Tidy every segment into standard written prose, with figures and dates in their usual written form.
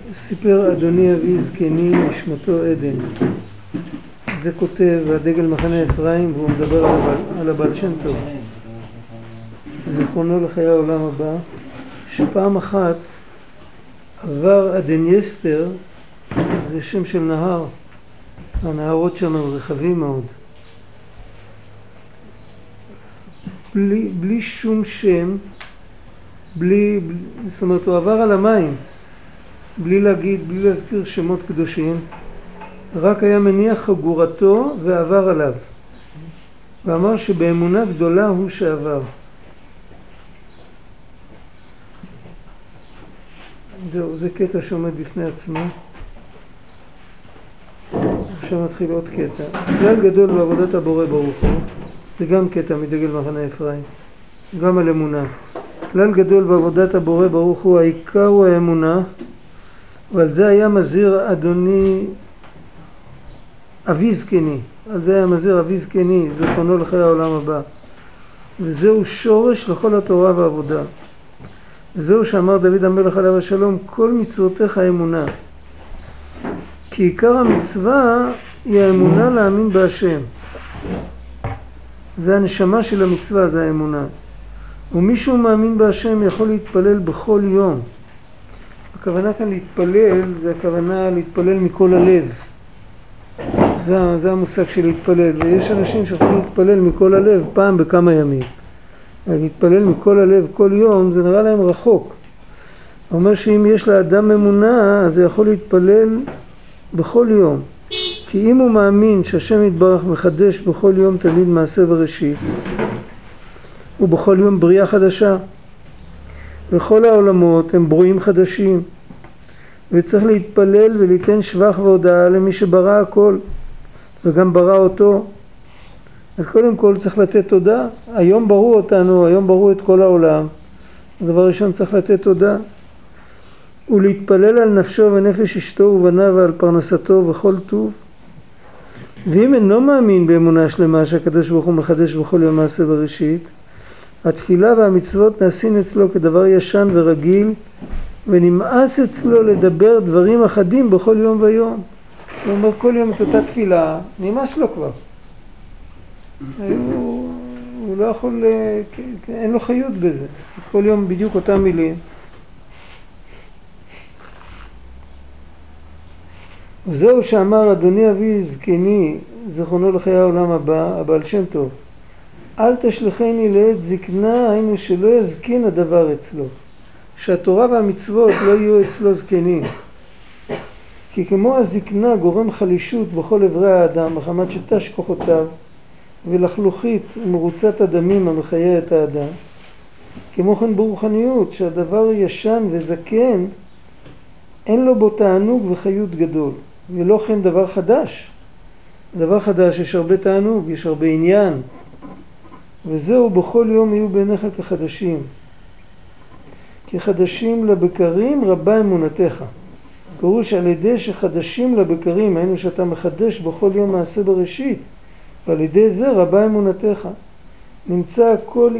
סיפר אדוני אבי זקני נשמתו עדן. זה כותב הדגל מחנה אפרים, והוא מדבר על הבעל שם טוב, זכרונו לחיי העולם הבא, שפעם אחת עבר אדנייסטר, זה שם של נהר, הנהרות שם רחבים מאוד, בלי שום שם, זאת אומרת הוא עבר על המים, בלי להזכיר שמות קדושים, רק היה מניח חגורתו ועבר עליו, ואמר שבאמונה גדולה הוא שעבר. זה קטע שעומד בפני עצמו. עכשיו מתחיל עוד קטע. כלל גדול בעבודת הבורא ברוך הוא, זה גם קטע מדגל מחנה אפרים, גם על אמונה. כלל גדול בעבודת הבורא ברוך הוא, העיקר הוא האמונה, ועל זה היה מזהיר אדוני אבי זקני, על זה היה מזהיר אבי זקני, זכרונו לחיי העולם הבא. וזהו שורש לכל התורה והעבודה. וזהו שאמר דוד המלך עליו השלום, כל מצוותיך אמונה. כי עיקר המצווה היא האמונה להאמין בהשם. זה הנשמה של המצווה, זה האמונה. ומישהו מאמין בהשם יכול להתפלל בכל יום. הכוונה כאן להתפלל, זה הכוונה להתפלל מכל הלב. זה המושג של להתפלל. ויש אנשים שיכולים להתפלל מכל הלב פעם בכמה ימים. להתפלל מכל הלב כל יום זה נראה להם רחוק. הוא אומר שאם יש לאדם אמונה אז הוא יכול להתפלל בכל יום. כי אם הוא מאמין שהשם יתברך מחדש בכל יום תמיד מעשה בראשית, ובכל יום בריאה חדשה, וכל העולמות הם ברואים חדשים, וצריך להתפלל וליתן שבח והודאה למי שברא הכל וגם ברא אותו. אז קודם כל צריך לתת תודה. היום בראו אותנו, היום בראו את כל העולם. הדבר ראשון צריך לתת תודה. ולהתפלל על נפשו ונפש אשתו ובניו ועל פרנסתו וכל טוב. ואם אינו מאמין באמונה שלמה שהקדוש ברוך הוא מחדש בכל יום מעשה בראשית, התפילה והמצוות נעשים אצלו כדבר ישן ורגיל, ונמאס אצלו לדבר דברים אחדים בכל יום ויום. הוא אומר כל יום את אותה תפילה, נמאס לו כבר. הוא לא יכול, אין לו חיות בזה. כל יום בדיוק אותם מילים. וזהו שאמר אדוני אבי זקני, זכרונו לחיי העולם הבא, הבעל שם טוב, אל תשלחני לעת זקנה, היינו שלא יזקין הדבר אצלו, שהתורה והמצוות לא יהיו אצלו זקנים. כי כמו הזקנה גורם חלישות בכל עברי האדם, מחמת שתש כוחותיו, ולחלוכית ומרוצת הדמים המחיה את האדם, כמו כן ברוחניות, שהדבר ישן וזקן, אין לו בו תענוג וחיות גדול, ולא כן דבר חדש. דבר חדש יש הרבה תענוג, יש הרבה עניין, וזהו בכל יום יהיו בעיניך כחדשים. כי חדשים לבקרים רבה אמונתך. פירוש על ידי שחדשים לבקרים, היינו שאתה מחדש בכל יום מעשה בראשית, ועל ידי זה רבה אמונתך. נמצא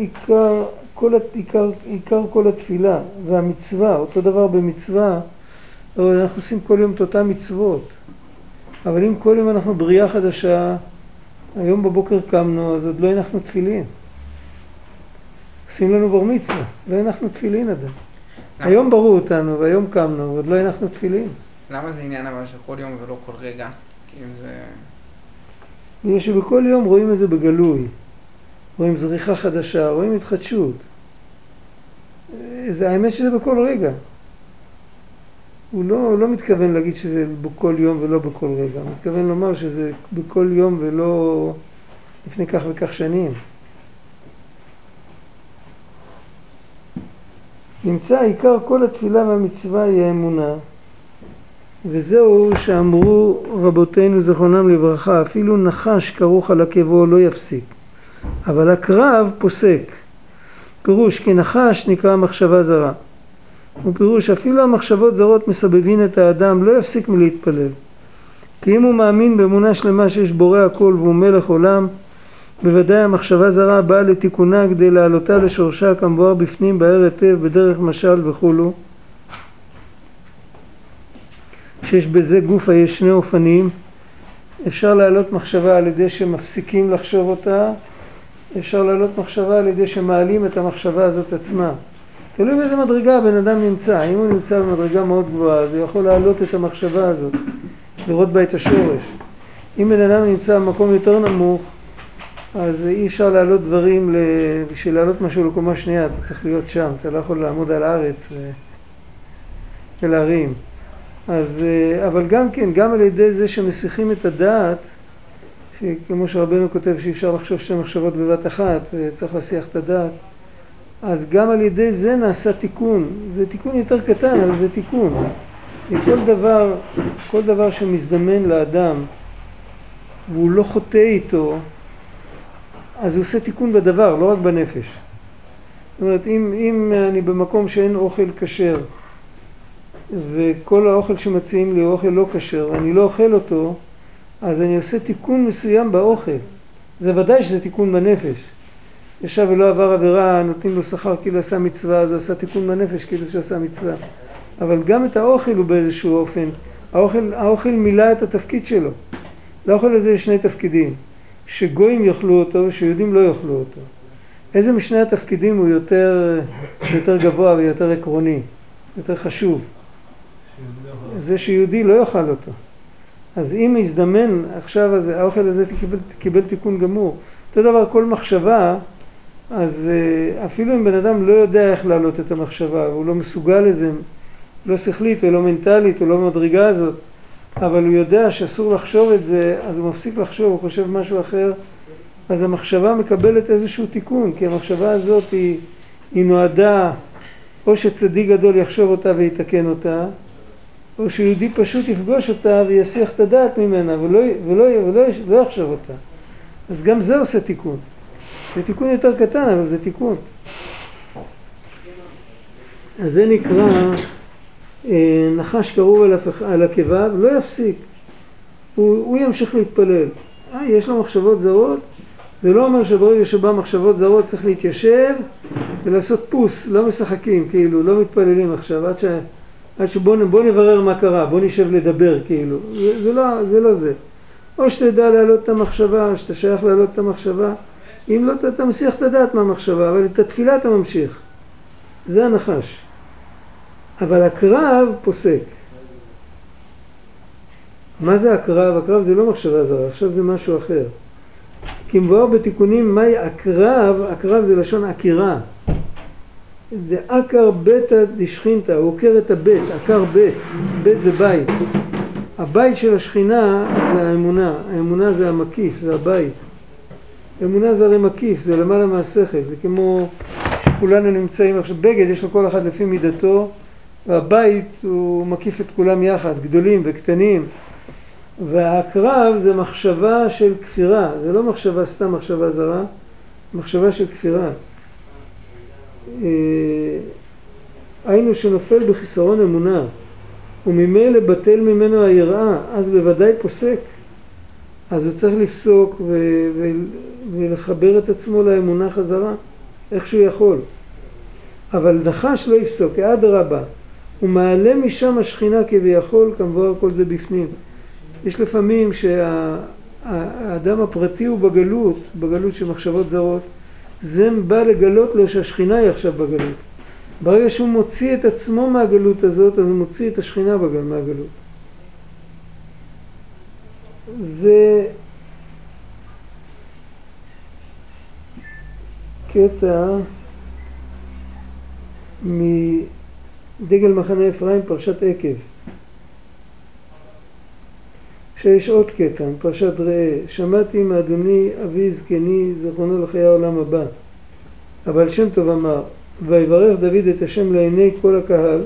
עיקר כל התפילה והמצווה, אותו דבר במצווה, אנחנו עושים כל יום את אותם מצוות. אבל אם כל יום אנחנו בריאה חדשה, היום בבוקר קמנו, אז עוד לא הנחנו תפילין. עושים לנו בר מצווה, לא הנחנו תפילין עדיין. היום בראו אותנו והיום קמנו, ועוד לא הנחנו תפילין. למה זה עניין אבל שכל יום ולא כל רגע? כי אם זה... בגלל שבכל יום רואים את זה בגלוי. רואים זריחה חדשה, רואים התחדשות. האמת שזה בכל רגע. הוא לא מתכוון להגיד שזה בכל יום ולא בכל רגע. הוא מתכוון לומר שזה בכל יום ולא לפני כך וכך שנים. נמצא עיקר כל התפילה והמצווה היא האמונה. וזהו שאמרו רבותינו זכרונם לברכה, אפילו נחש כרוך על עקבו לא יפסיק, אבל הקרב פוסק. פירוש כי נחש נקרא מחשבה זרה. ופירוש אפילו המחשבות זרות מסבבין את האדם, לא יפסיק מלהתפלל. כי אם הוא מאמין באמונה שלמה שיש בורא הכל והוא מלך עולם, בוודאי המחשבה זרה באה לתיקונה כדי להעלותה לשורשה כמבואר בפנים באר היטב בדרך משל וכולו. שיש בזה גופה, יש שני אופנים. אפשר להעלות מחשבה על ידי שמפסיקים לחשוב אותה, אפשר להעלות מחשבה על ידי שמעלים את המחשבה הזאת עצמה. תלוי באיזה מדרגה הבן אדם נמצא. אם הוא נמצא במדרגה מאוד גבוהה, אז הוא יכול להעלות את המחשבה הזאת, לראות בה את השורש. אם בן אדם נמצא במקום יותר נמוך, אז אי אפשר להעלות דברים, בשביל להעלות משהו לקומה שנייה, אתה צריך להיות שם, אתה לא יכול לעמוד על הארץ ולהרים. אז, אבל גם כן, גם על ידי זה שמסיחים את הדעת, כמו שרבנו כותב שאי אפשר לחשוב שתי מחשבות בבת אחת, וצריך להסיח את הדעת, אז גם על ידי זה נעשה תיקון. זה תיקון יותר קטן, אבל זה תיקון. כל דבר שמזדמן לאדם, והוא לא חוטא איתו, אז הוא עושה תיקון בדבר, לא רק בנפש. זאת אומרת, אם אני במקום שאין אוכל כשר, וכל האוכל שמציעים לי הוא אוכל לא כשר, ואני לא אוכל אותו, אז אני עושה תיקון מסוים באוכל. זה ודאי שזה תיקון בנפש. ישב ולא עבר עבירה, נותנים לו שכר כאילו עשה מצווה, אז הוא עשה תיקון בנפש כאילו שעשה מצווה. אבל גם את האוכל הוא באיזשהו אופן. האוכל מילא את התפקיד שלו. לאוכל הזה יש שני תפקידים. שגויים יאכלו אותו ושיהודים לא יאכלו אותו. איזה משני התפקידים הוא יותר גבוה ויותר עקרוני, יותר חשוב? זה שיהודי לא יאכל אותו. אז אם יזדמן עכשיו הזה, האוכל הזה קיבל תיקון גמור. אותו דבר כל מחשבה, אז אפילו אם בן אדם לא יודע איך להעלות את המחשבה, הוא לא מסוגל לזה, לא שכלית ולא מנטלית, הוא לא במדרגה הזאת, אבל הוא יודע שאסור לחשוב את זה, אז הוא מפסיק לחשוב, הוא חושב משהו אחר, אז המחשבה מקבלת איזשהו תיקון, כי המחשבה הזאת היא נועדה, או שצדיק גדול יחשוב אותה ויתקן אותה, או שיהודי פשוט יפגוש אותה ויסיח את הדעת ממנה, ולא יחשוב אותה. אז גם זה עושה תיקון. זה תיקון יותר קטן, אבל זה תיקון. אז זה נקרא נחש קרוב על עקביו, לא יפסיק. הוא ימשיך להתפלל. יש לו מחשבות זרות, זה לא אומר שברגע שבא מחשבות זרות צריך להתיישב ולעשות פוס, לא משחקים, כאילו, לא מתפללים עכשיו, עד שבוא נברר מה קרה, בוא נשב לדבר, כאילו. זה לא זה. או שאתה יודע להעלות את המחשבה, או שאתה שייך להעלות את המחשבה. אם לא, אתה מסיח את הדעת מהמחשבה, אבל את התפילה אתה ממשיך. זה הנחש. אבל הקרב פוסק. מה זה הקרב? הקרב זה לא מחשבה זרה, עכשיו זה משהו אחר. כי מבואר בתיקונים, מהי הקרב? הקרב זה לשון עקירה. זה עקר ביתא דשכינתא, הוא עוקר את הבית, עקר בית. בית זה בית. הבית של השכינה זה האמונה. האמונה זה המקיף, זה הבית. אמונה זה הרי מקיף, זה למעלה מהשכל. זה כמו שכולנו נמצאים עכשיו, בגד יש לו כל אחד לפי מידתו, והבית הוא מקיף את כולם יחד, גדולים וקטנים. והקרב זה מחשבה של כפירה, זה לא מחשבה סתם מחשבה זרה, מחשבה של כפירה. היינו שנופל בחיסרון אמונה, וממילא בטל ממנו היראה, אז בוודאי פוסק. אז הוא צריך לפסוק ולחבר את עצמו לאמונה חזרה, איך שהוא יכול. אבל נחש לא יפסוק, אדרבה, הוא מעלה משם השכינה כביכול, כמובן כל זה בפנים. יש לפעמים שהאדם הפרטי הוא בגלות של מחשבות זרות, זה בא לגלות לו שהשכינה היא עכשיו בגלות. ברגע שהוא מוציא את עצמו מהגלות הזאת, אז הוא מוציא את השכינה מהגלות. זה קטע מדגל מחנה אפרים, פרשת עקב. שיש עוד קטע, פרשת ראה, שמעתי מאדוני אבי זקני, זכרונו לחיי העולם הבא. אבל שם טוב אמר, ויברך דוד את השם לעיני כל הקהל.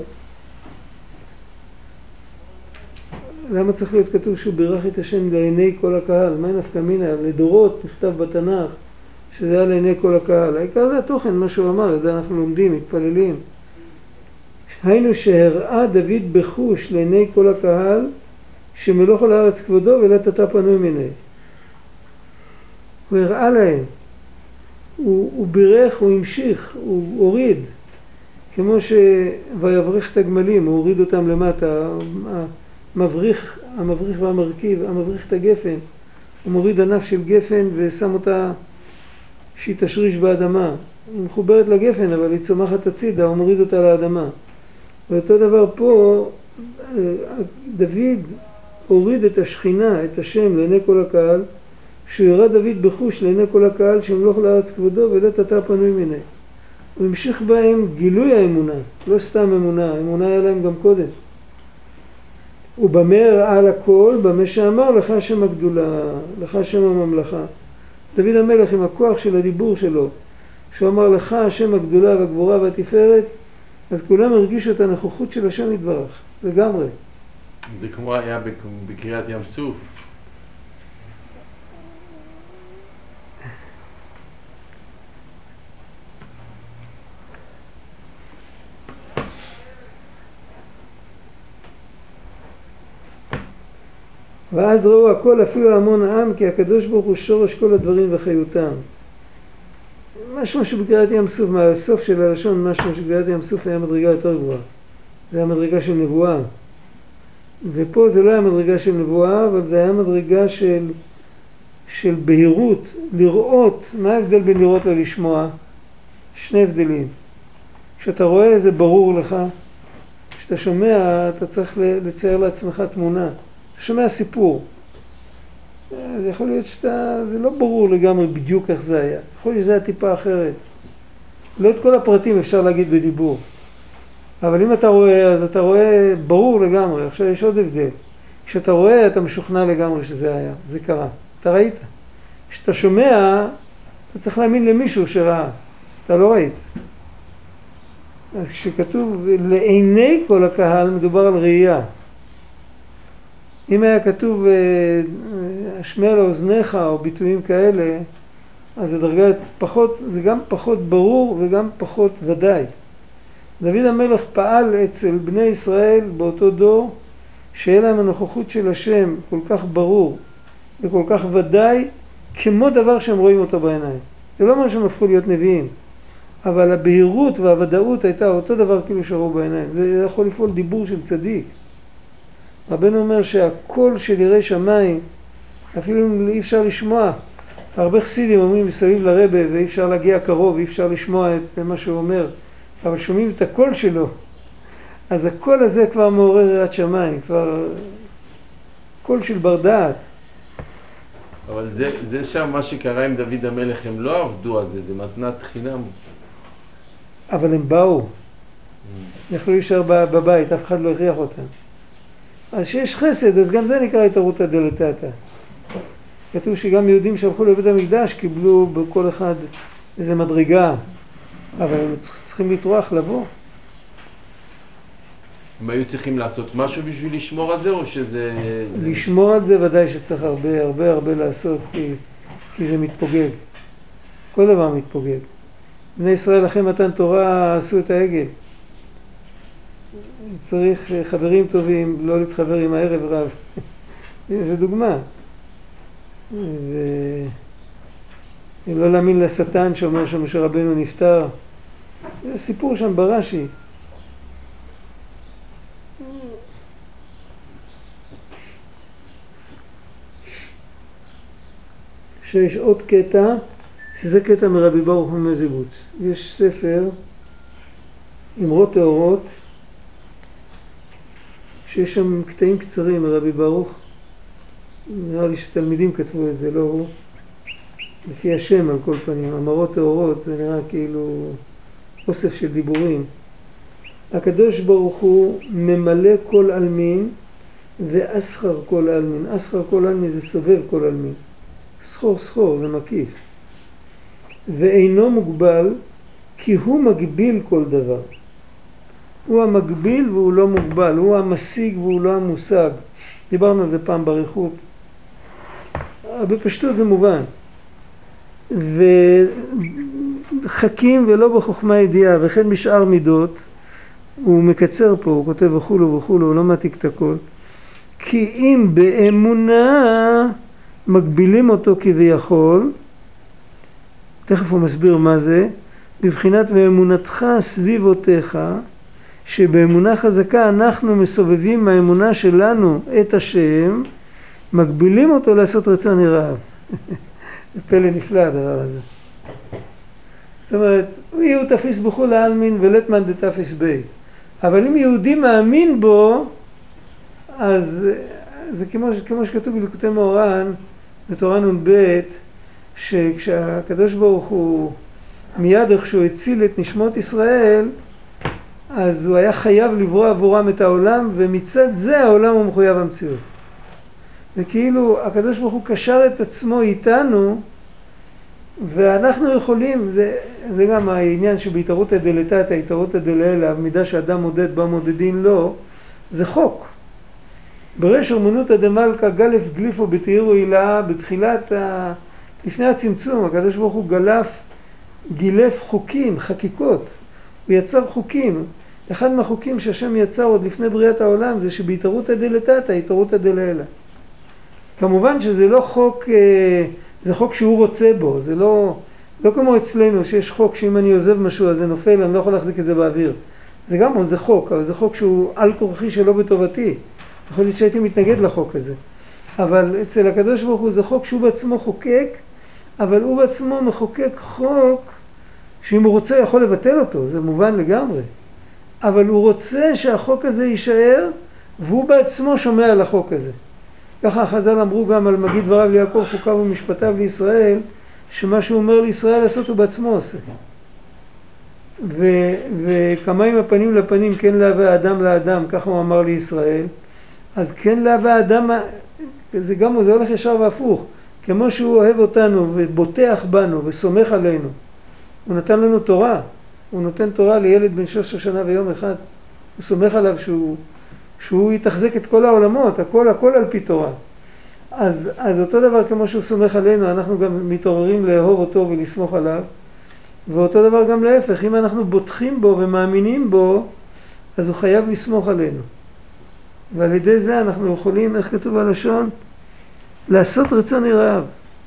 למה צריך להיות כתוב שהוא בירך את השם לעיני כל הקהל? מה נפקא מינה? לדורות נכתב בתנ"ך שזה היה לעיני כל הקהל. העיקר זה התוכן, מה שהוא אמר, את זה אנחנו לומדים, מתפללים. היינו שהראה דוד בחוש לעיני כל הקהל, שמלוך על הארץ כבודו ולתתה פנוי מיני. הוא הראה להם, הוא בירך, הוא המשיך, הוא הוריד, כמו שויברך את הגמלים, הוא הוריד אותם למטה, המבריך והמרכיב, המבריך את הגפן, הוא מוריד ענף של גפן ושם אותה שהיא תשריש באדמה. היא מחוברת לגפן אבל היא צומחת הצידה, הוא מוריד אותה לאדמה. ואותו דבר פה, דוד הוריד את השכינה, את השם לעיני כל הקהל, שהוא ירד דוד בחוש לעיני כל הקהל שימלוך לארץ כבודו ולית אתה פנוי מיני. הוא המשיך בהם גילוי האמונה, לא סתם אמונה, אמונה היה להם גם קודם. הוא במר על הכל, במה שאמר לך שם הגדולה, לך שם הממלכה. דוד המלך עם הכוח של הדיבור שלו, שהוא אמר לך שם הגדולה והגבורה והתפארת, אז כולם הרגישו את הנוכחות של השם יתברך, לגמרי. זה כמו היה בקריאת ים סוף. ואז ראו הכל אפילו המון העם, כי הקדוש ברוך הוא שורש כל הדברים וחיותם. משהו בקריאת ים סוף, מהסוף של הלשון, משהו שבקריאת ים סוף היה מדרגה יותר גבוהה. זה היה מדרגה של נבואה. ופה זה לא היה מדרגה של נבואה, אבל זה היה מדרגה של בהירות, לראות. מה ההבדל בין לראות ולשמוע? שני הבדלים. כשאתה רואה זה ברור לך, כשאתה שומע אתה צריך לצייר לעצמך תמונה. אתה שומע סיפור. זה יכול להיות זה לא ברור לגמרי בדיוק איך זה היה. יכול להיות שזה היה טיפה אחרת. לא את כל הפרטים אפשר להגיד בדיבור. אבל אם אתה רואה, אז אתה רואה ברור לגמרי. עכשיו יש עוד הבדל. כשאתה רואה, אתה משוכנע לגמרי שזה היה. זה קרה. אתה ראית. כשאתה שומע, אתה צריך להאמין למישהו שראה. אתה לא ראית. אז כשכתוב לעיני כל הקהל, מדובר על ראייה. אם היה כתוב השמיע לאוזניך או ביטויים כאלה, אז זה גם פחות ברור וגם פחות ודאי. דוד המלך פעל אצל בני ישראל באותו דור, שיהיה להם הנוכחות של השם כל כך ברור וכל כך ודאי, כמו דבר שהם רואים אותו בעיניים. זה לא אומר שהם הפכו להיות נביאים, אבל הבהירות והוודאות הייתה אותו דבר כאילו שראו בעיניים. זה יכול לפעול דיבור של צדיק. רבנו אומר שהקול של ירא שמיים, אפילו אם אי אפשר לשמוע, הרבה חסידים אומרים מסביב לרבה ואי אפשר להגיע קרוב, אי אפשר לשמוע את מה שהוא אומר, אבל שומעים את הקול שלו, אז הקול הזה כבר מעורר יראת שמיים, כבר קול של בר דעת. אבל זה שם מה שקרה עם דוד המלך, הם לא עבדו על זה, זה מתנת חינם. אבל הם באו, יכלו להישאר בבית, אף אחד לא הכריח אותם. אז שיש חסד, אז גם זה נקרא התערותא דלתתא. כתוב שגם יהודים שהלכו לבית המקדש קיבלו בכל אחד איזה מדרגה, אבל הם צריכים לטרוח לבוא. הם היו צריכים לעשות משהו בשביל לשמור על זה, או שזה... לשמור על זה ודאי שצריך הרבה לעשות, כי זה מתפוגג. כל דבר מתפוגג. בני ישראל אחרי מתן תורה עשו את העגל. צריך חברים טובים, לא להתחבר עם הערב רב. זה דוגמה. ולא להאמין לשטן שאומר שמשה רבנו נפטר. זה סיפור שם ברש"י. שיש עוד קטע, שזה קטע מרבי ברוך ממזיבוץ. יש ספר אמרות טהורות, שיש שם קטעים קצרים מרבי ברוך. נראה לי שתלמידים כתבו את זה, לא הוא. לפי השם על כל פנים, אמרות טהורות, זה נראה כאילו אוסף של דיבורים. הקדוש ברוך הוא ממלא כל אלמין ואסחר כל אלמין. אסחר כל אלמין זה סובב כל אלמין. סחור זה מקיף. ואינו מוגבל כי הוא מגביל כל דבר. הוא המגביל והוא לא מוגבל, הוא המשיג והוא לא המושג. דיברנו על זה פעם בריחות. בפשטות זה מובן. וחכים ולא בחוכמה ידיעה, וכן בשאר מידות, הוא מקצר פה, הוא כותב וכולו, הוא לא מעתיק את הכל. כי אם באמונה מגבילים אותו כביכול, תכף הוא מסביר מה זה, בבחינת ואמונתך סביבותיך, שבאמונה חזקה אנחנו מסובבים מהאמונה שלנו את השם, מגבילים אותו לעשות רצון יראיו. זה פלא נפלא הדבר הזה. זאת אומרת, יהיו תפיס בחול העלמין ולטמן דתפיס בי. אבל אם יהודי מאמין בו, אז זה כמו שכתוב בליקוטי מאורן, בתורה נ"ב, שכשהקדוש ברוך הוא מיד איך שהוא הציל את נשמות ישראל, אז הוא היה חייב לברוא עבורם את העולם, ומצד זה העולם הוא מחויב המציאות. וכאילו הקדוש ברוך הוא קשר את עצמו איתנו, ואנחנו יכולים, זה גם העניין שבהתערותא דלתתא, התערותא דלעילא, המידה שאדם מודד בה מודדין לו, זה חוק. בריש אמונותא דמלכא גלף גליפו בתהירו הילאה, בתחילת, לפני הצמצום, הקדוש ברוך הוא גילף חוקים, חקיקות. הוא יצר חוקים. אחד מהחוקים שהשם יצר עוד לפני בריאת העולם זה שבהתערותא דלתתא, התערותא דלעילא. כמובן שזה לא חוק, זה חוק שהוא רוצה בו, זה לא כמו אצלנו שיש חוק שאם אני עוזב משהו אז זה נופל, אני לא יכול להחזיק את זה באוויר. זה גם זה חוק, אבל זה חוק שהוא על כורחי שלא בטובתי. יכול להיות שהייתי מתנגד לחוק הזה. אבל אצל הקדוש ברוך הוא זה חוק שהוא בעצמו חוקק, אבל הוא בעצמו מחוקק חוק שאם הוא רוצה יכול לבטל אותו, זה מובן לגמרי. אבל הוא רוצה שהחוק הזה יישאר, והוא בעצמו שומע על החוק הזה. ככה החז"ל אמרו גם על מגיד דבריו ליעקב חוקיו ומשפטיו לישראל, שמה שהוא אומר לישראל לעשות הוא בעצמו עושה. וכמים הפנים לפנים כן להווה האדם לאדם, ככה הוא אמר לישראל. אז כן להווה האדם, זה הולך ישר והפוך. כמו שהוא אוהב אותנו ובוטח בנו וסומך עלינו. הוא נתן לנו תורה. הוא נותן תורה לילד בן 13 שנה ויום אחד. הוא סומך עליו שהוא יתחזק את כל העולמות, הכל על פי תורה. אז אותו דבר כמו שהוא סומך עלינו, אנחנו גם מתעוררים לאהוב אותו ולסמוך עליו. ואותו דבר גם להפך, אם אנחנו בוטחים בו ומאמינים בו, אז הוא חייב לסמוך עלינו. ועל ידי זה אנחנו יכולים, איך כתוב הלשון, לעשות רצון יראיו.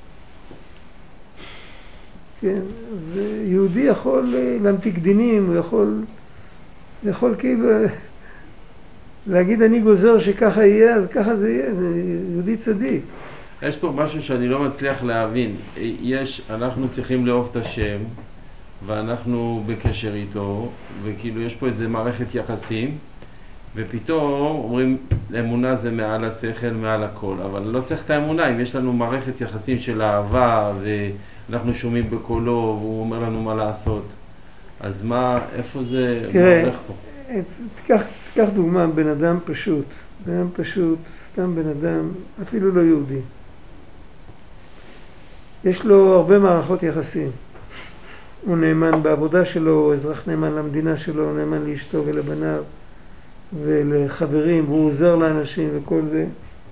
כן, אז יהודי יכול להמתיק דינים, הוא יכול כאילו להגיד אני גוזר שככה יהיה, אז ככה זה יהיה, זה יהודי צדיק. יש פה משהו שאני לא מצליח להבין. אנחנו צריכים לאהוב את השם, ואנחנו בקשר איתו, וכאילו יש פה איזה מערכת יחסים, ופתאום אומרים אמונה זה מעל השכל, מעל הכל, אבל לא צריך את האמונה. אם יש לנו מערכת יחסים של אהבה ואנחנו שומעים בקולו והוא אומר לנו מה לעשות, אז איפה זה, תראה, מה הולך פה? תיקח דוגמה, בן אדם פשוט, סתם בן אדם, אפילו לא יהודי. יש לו הרבה מערכות יחסים. הוא נאמן בעבודה שלו, הוא אזרח נאמן למדינה שלו, הוא נאמן לאשתו ולבניו ולחברים, והוא עוזר לאנשים וכל זה.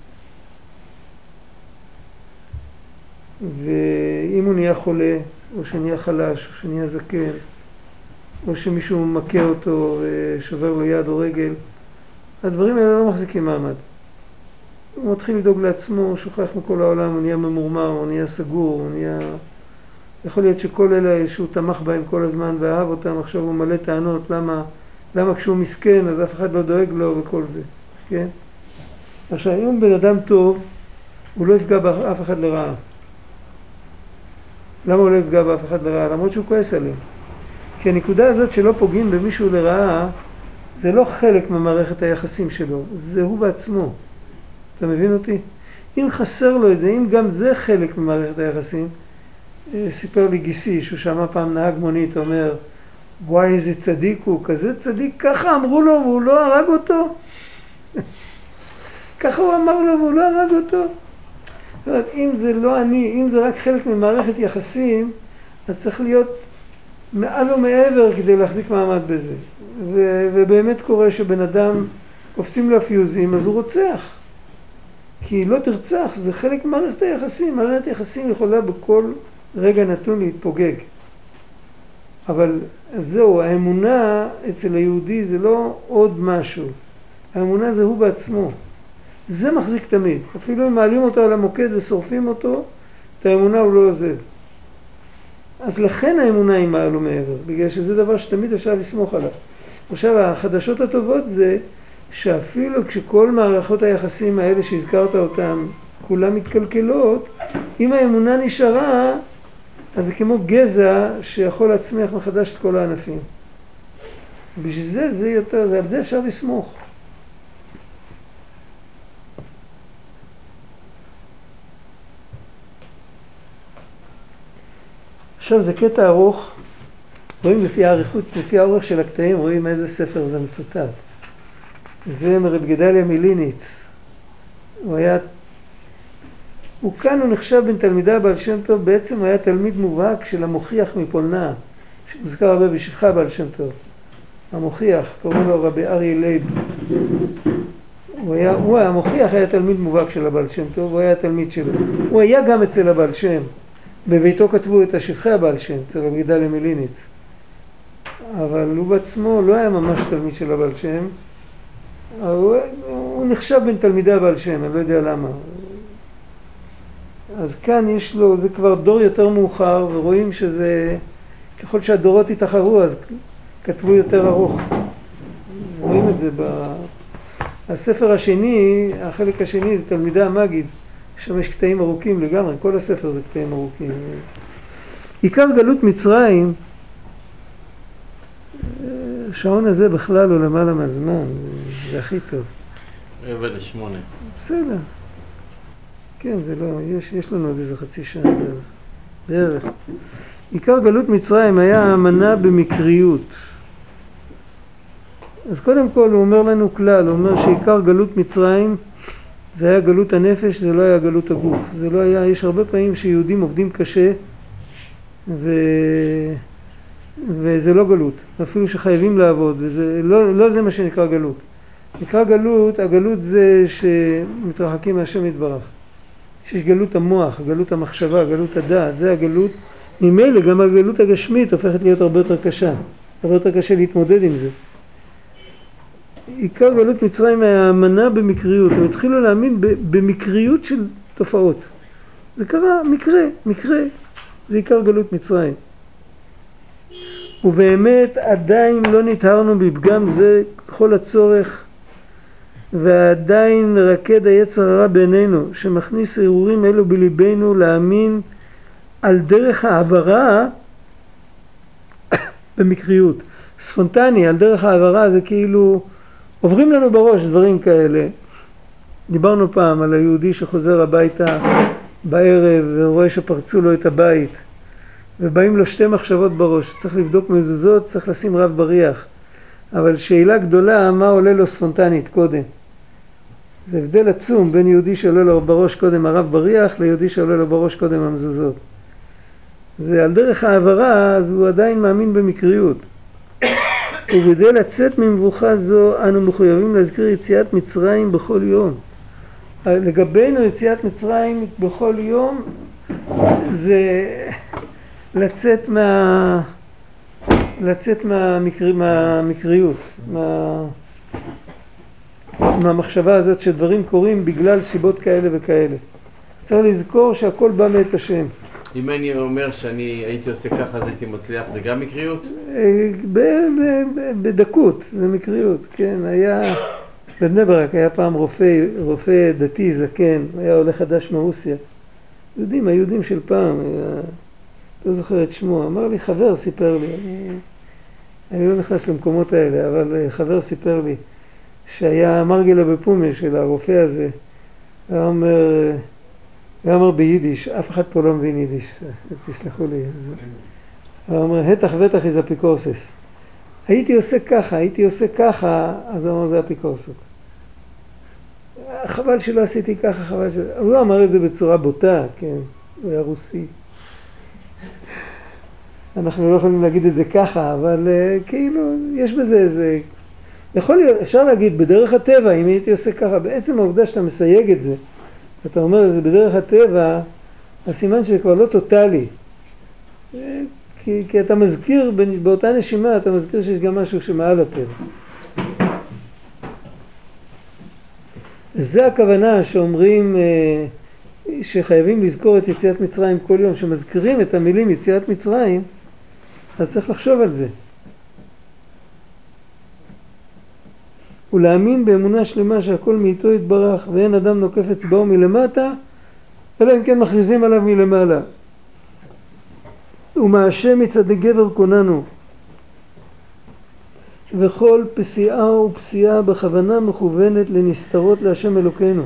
ואם הוא נהיה חולה, או שנהיה חלש, או שנהיה זקן, או שמישהו מכה אותו ושובר לו יד או רגל, הדברים האלה לא מחזיקים מעמד. הוא מתחיל לדאוג לעצמו, הוא שוכח מכל העולם, הוא נהיה ממורמר, הוא נהיה סגור, הוא נהיה... יכול להיות שכל אלה שהוא תמך בהם כל הזמן ואהב אותם, עכשיו הוא מלא טענות, למה כשהוא מסכן אז אף אחד לא דואג לו וכל זה, כן? עכשיו, אם בן אדם טוב, הוא לא יפגע באף אחד לרעה. למה הוא לא יפגע באף אחד לרעה? למרות שהוא כועס עליהם. כי הנקודה הזאת שלא פוגעים במישהו לרעה, זה לא חלק ממערכת היחסים שלו, זה הוא בעצמו. אתה מבין אותי? אם חסר לו את זה, אם גם זה חלק ממערכת היחסים, סיפר לי גיסי, שהוא שמע פעם נהג מונית, אומר, וואי איזה צדיק הוא, כזה צדיק, ככה אמרו לו והוא לא הרג אותו. ככה הוא אמר לו והוא לא הרג אותו. זאת אומרת, אם זה לא אני, אם זה רק חלק ממערכת יחסים, אז צריך להיות מעל ומעבר כדי להחזיק מעמד בזה. ובאמת קורה שבן אדם קופצים לו הפיוזים, אז הוא רוצח. כי לא תרצח, זה חלק ממערכת היחסים. מערכת היחסים יכולה בכל רגע נתון להתפוגג. אבל זהו, האמונה אצל היהודי זה לא עוד משהו. האמונה זה הוא בעצמו. זה מחזיק תמיד. אפילו אם מעלים אותו על המוקד ושורפים אותו, את האמונה הוא לא עוזב. אז לכן האמונה היא מעל ומעבר, בגלל שזה דבר שתמיד אפשר לסמוך עליו. עכשיו, החדשות הטובות זה שאפילו כשכל מערכות היחסים האלה שהזכרת אותם, כולם מתקלקלות, אם האמונה נשארה, אז זה כמו גזע שיכול להצמיח מחדש את כל הענפים. בשביל זה, זה יותר, זה על זה אפשר לסמוך. עכשיו זה קטע ארוך, רואים לפי האריכות, לפי האורך של הקטעים, רואים איזה ספר זה מצוטט. זה מרב גדליה מליניץ. הוא נחשב בין תלמידי הבעל שם טוב, בעצם הוא היה תלמיד מובהק של המוכיח מפולנה, שמוזכר הרבה בשבחה בעל שם טוב. המוכיח, קוראים לו רבי אריה לייב. המוכיח היה תלמיד מובהק של הבעל שם טוב, הוא היה תלמיד שלו. הוא היה גם אצל הבעל שם. בביתו כתבו את השבחי הבעל שם, אצל רב גדליה מליניץ. אבל הוא בעצמו לא היה ממש תלמיד של הבעל שם. הוא נחשב בין תלמידי הבעל שם, אני לא יודע למה. אז כאן יש לו, זה כבר דור יותר מאוחר, ורואים שזה, ככל שהדורות התאחרו, אז כתבו יותר ארוך. רואים את זה הספר השני, החלק השני זה תלמידי המגיד, שם יש קטעים ארוכים לגמרי, כל הספר זה קטעים ארוכים. עיקר גלות מצרים, השעון הזה בכלל הוא למעלה מהזמן, זה הכי טוב. 7:08. בסדר. כן, זה לא, יש לנו עוד איזה חצי שעה בערך. עיקר גלות מצרים היה האמנה במקריות. אז קודם כל הוא אומר לנו כלל, הוא אומר שעיקר גלות מצרים זה היה גלות הנפש, זה לא היה גלות הגוף. זה לא היה, יש הרבה פעמים שיהודים עובדים קשה וזה לא גלות, אפילו שחייבים לעבוד, וזה לא זה מה שנקרא גלות. נקרא גלות, הגלות זה שמתרחקים מהשם יתברך. שיש גלות המוח, גלות המחשבה, גלות הדעת, זה הגלות. ממילא גם הגלות הגשמית הופכת להיות הרבה יותר קשה. הרבה יותר קשה להתמודד עם זה. עיקר גלות מצרים היה האמנה במקריות. הם התחילו להאמין במקריות של תופעות. זה קרה מקרה. זה עיקר גלות מצרים. ובאמת עדיין לא נטהרנו בפגם זה כל הצורך, ועדיין מרקד היצר הרע בינינו, שמכניס הרהורים אלו בליבנו להאמין על דרך העברה במקריות. ספונטני, על דרך העברה זה כאילו עוברים לנו בראש דברים כאלה. דיברנו פעם על היהודי שחוזר הביתה בערב ורואה שפרצו לו את הבית, ובאים לו שתי מחשבות בראש, צריך לבדוק מזוזות, צריך לשים רב בריח. אבל שאלה גדולה, מה עולה לו ספונטנית קודם? זה הבדל עצום בין יהודי שעולה לו בראש קודם הרב בריח, ליהודי שעולה לו בראש קודם המזוזות. זה על דרך העברה, אז הוא עדיין מאמין במקריות. וכדי לצאת ממבוכה זו, אנו מחויבים להזכיר יציאת מצרים בכל יום. לגבינו יציאת מצרים בכל יום, זה לצאת מהמקריות, מהמחשבה הזאת שדברים קורים בגלל סיבות כאלה וכאלה. צריך לזכור שהכל בא מאת השם. אם אני אומר שאני הייתי עושה ככה אז הייתי מצליח, זה גם מקריות? בדקות, זה מקריות, כן. היה בבני ברק, היה פעם רופא דתי זקן, היה עולה חדש מרוסיה. היהודים של פעם, לא זוכר את שמו, אמר לי, חבר סיפר לי, אני לא נכנס למקומות האלה, אבל חבר סיפר לי שהיה מרגלה בפומי של הרופא הזה, הוא אומר ביידיש, אף אחד פה לא מבין יידיש, תסלחו לי. הוא אומר, התח ותח איזה אפיקורסס. הייתי עושה ככה, אז הוא אומר, זה אפיקורסות. חבל שלא עשיתי ככה, חבל שלא. הוא לא אמר את זה בצורה בוטה, כן, הוא היה רוסי. אנחנו לא יכולים להגיד את זה ככה, אבל כאילו, יש בזה איזה... אפשר להגיד, בדרך הטבע, אם הייתי עושה ככה, בעצם העובדה שאתה מסייג את זה, אתה אומר, זה בדרך הטבע, הסימן שזה כבר לא טוטלי. כי אתה מזכיר, באותה נשימה, אתה מזכיר שיש גם משהו שמעל הטבע. זה הכוונה שאומרים שחייבים לזכור את יציאת מצרים כל יום, שמזכירים את המילים יציאת מצרים, אז צריך לחשוב על זה. ולהאמין באמונה שלמה שהכל מאיתו יתברך ואין אדם נוקף אצבעו מלמטה אלא אם כן מכריזים עליו מלמעלה. ומהשם מצד גבר קוננו, וכל פסיעה ופסיעה בכוונה מכוונת לנסתרות להשם אלוקינו.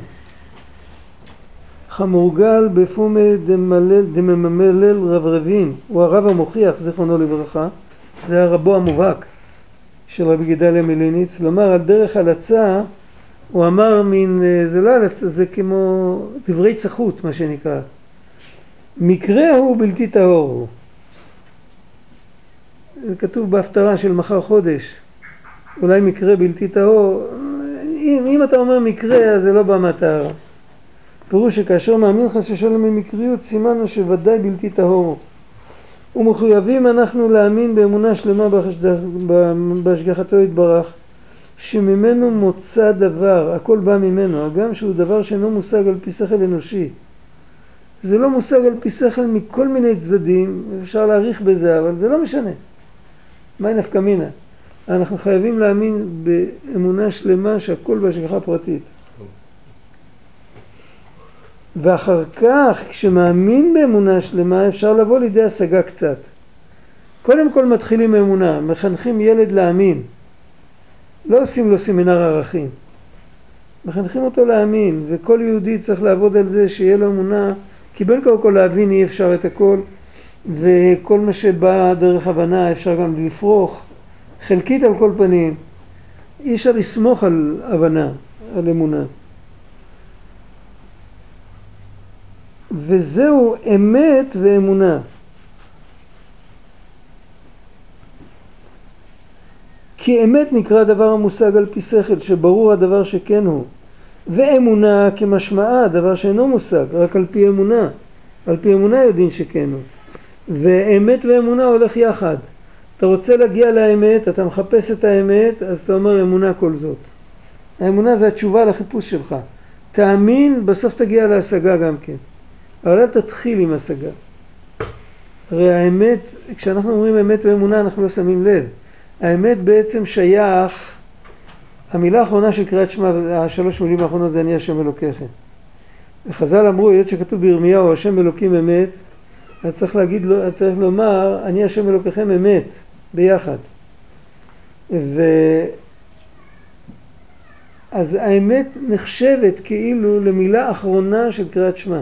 חמורגל בפומי דממלל רב רבין, הוא הרב המוכיח זיכרונו לברכה, זה הרבו המובהק של רבי גדליה מליניץ. לומר על דרך הלצה, הוא אמר מין, זה לא הלצה, זה כמו דברי צחות מה שנקרא, מקרה הוא בלתי טהור הוא. זה כתוב בהפטרה של מחר חודש, אולי מקרה בלתי טהור. אם אתה אומר מקרה אז זה לא בא מהטהרה. פירוש שכאשר מאמין חס ושלום ממקריות סימנו שוודאי בלתי טהור. ומחויבים אנחנו להאמין באמונה שלמה בהשגחתו יתברך, שממנו מוצא דבר, הכל בא ממנו, הגם שהוא דבר שאינו מושג על פי שכל אנושי. זה לא מושג על פי שכל מכל מיני צדדים, אפשר להעריך בזה, אבל זה לא משנה. מה נפקא מינה? אנחנו חייבים להאמין באמונה שלמה שהכל בהשגחה פרטית. ואחר כך כשמאמין באמונה שלמה אפשר לבוא לידי השגה קצת. קודם כל מתחילים באמונה, מחנכים ילד להאמין. לא עושים לו סמינר ערכים. מחנכים אותו להאמין, וכל יהודי צריך לעבוד על זה שיהיה לו אמונה, כי בין כל להבין אי אפשר את הכל, וכל מה שבא דרך הבנה אפשר גם לפרוח, חלקית על כל פנים. אי אפשר לסמוך על הבנה, על אמונה. וזהו אמת ואמונה. כי אמת נקרא דבר המושג על פי שכל, שברור הדבר שכן הוא. ואמונה כמשמעה, דבר שאינו מושג, רק על פי אמונה. על פי אמונה יודעים שכן הוא. ואמת ואמונה הולך יחד. אתה רוצה להגיע לאמת, אתה מחפש את האמת, אז אתה אומר אמונה כל זאת. האמונה זה התשובה לחיפוש שלך. תאמין, בסוף תגיע להשגה גם כן. אבל אל תתחיל עם השגה. הרי האמת, כשאנחנו אומרים אמת ואמונה אנחנו לא שמים לב. האמת בעצם שייך, המילה האחרונה של קריאת שמע, השלוש מילים האחרונות זה אני השם אלוקיכם. וחז"ל אמרו, היות שכתוב בירמיהו השם אלוקים אמת, אז צריך לומר אני השם אלוקיכם אמת, ביחד. אז האמת נחשבת כאילו למילה אחרונה של קריאת שמע.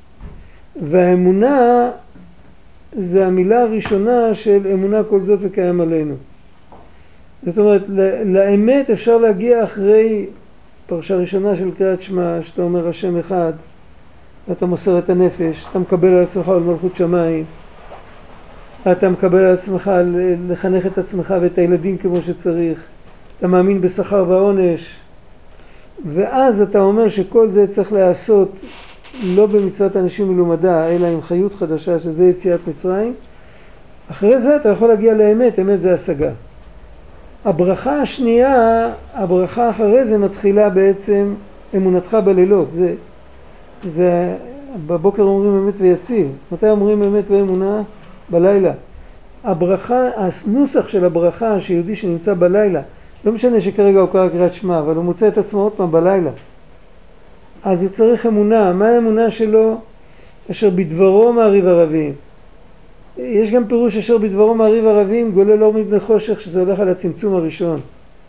והאמונה זה המילה הראשונה של אמונה כל זאת וקיים עלינו. זאת אומרת, לאמת אפשר להגיע אחרי פרשה ראשונה של קריאת שמע, שאתה אומר השם אחד, אתה מוסר את הנפש, אתה מקבל על עצמך על מלכות שמיים, אתה מקבל על עצמך לחנך את עצמך ואת הילדים כמו שצריך, אתה מאמין בשכר ועונש, ואז אתה אומר שכל זה צריך לעשות לא במצוות אנשים מלומדה, אלא עם חיות חדשה, שזה יציאת מצרים. אחרי זה אתה יכול להגיע לאמת, אמת זה השגה. הברכה השנייה, הברכה אחרי זה מתחילה בעצם אמונתך בלילות. זה בבוקר אומרים אמת ויציב. מתי אומרים אמת ואמונה? בלילה. הברכה, הנוסח של הברכה שיהודי שנמצא בלילה, לא משנה שכרגע הוא קרא קריאת שמע, אבל הוא מוצא את עצמו עוד פעם בלילה. אז הוא צריך אמונה. מה האמונה שלו? אשר בדברו מעריב ערבים. יש גם פירוש אשר בדברו מעריב ערבים גולל אור מבני חושך, שזה הולך על הצמצום הראשון.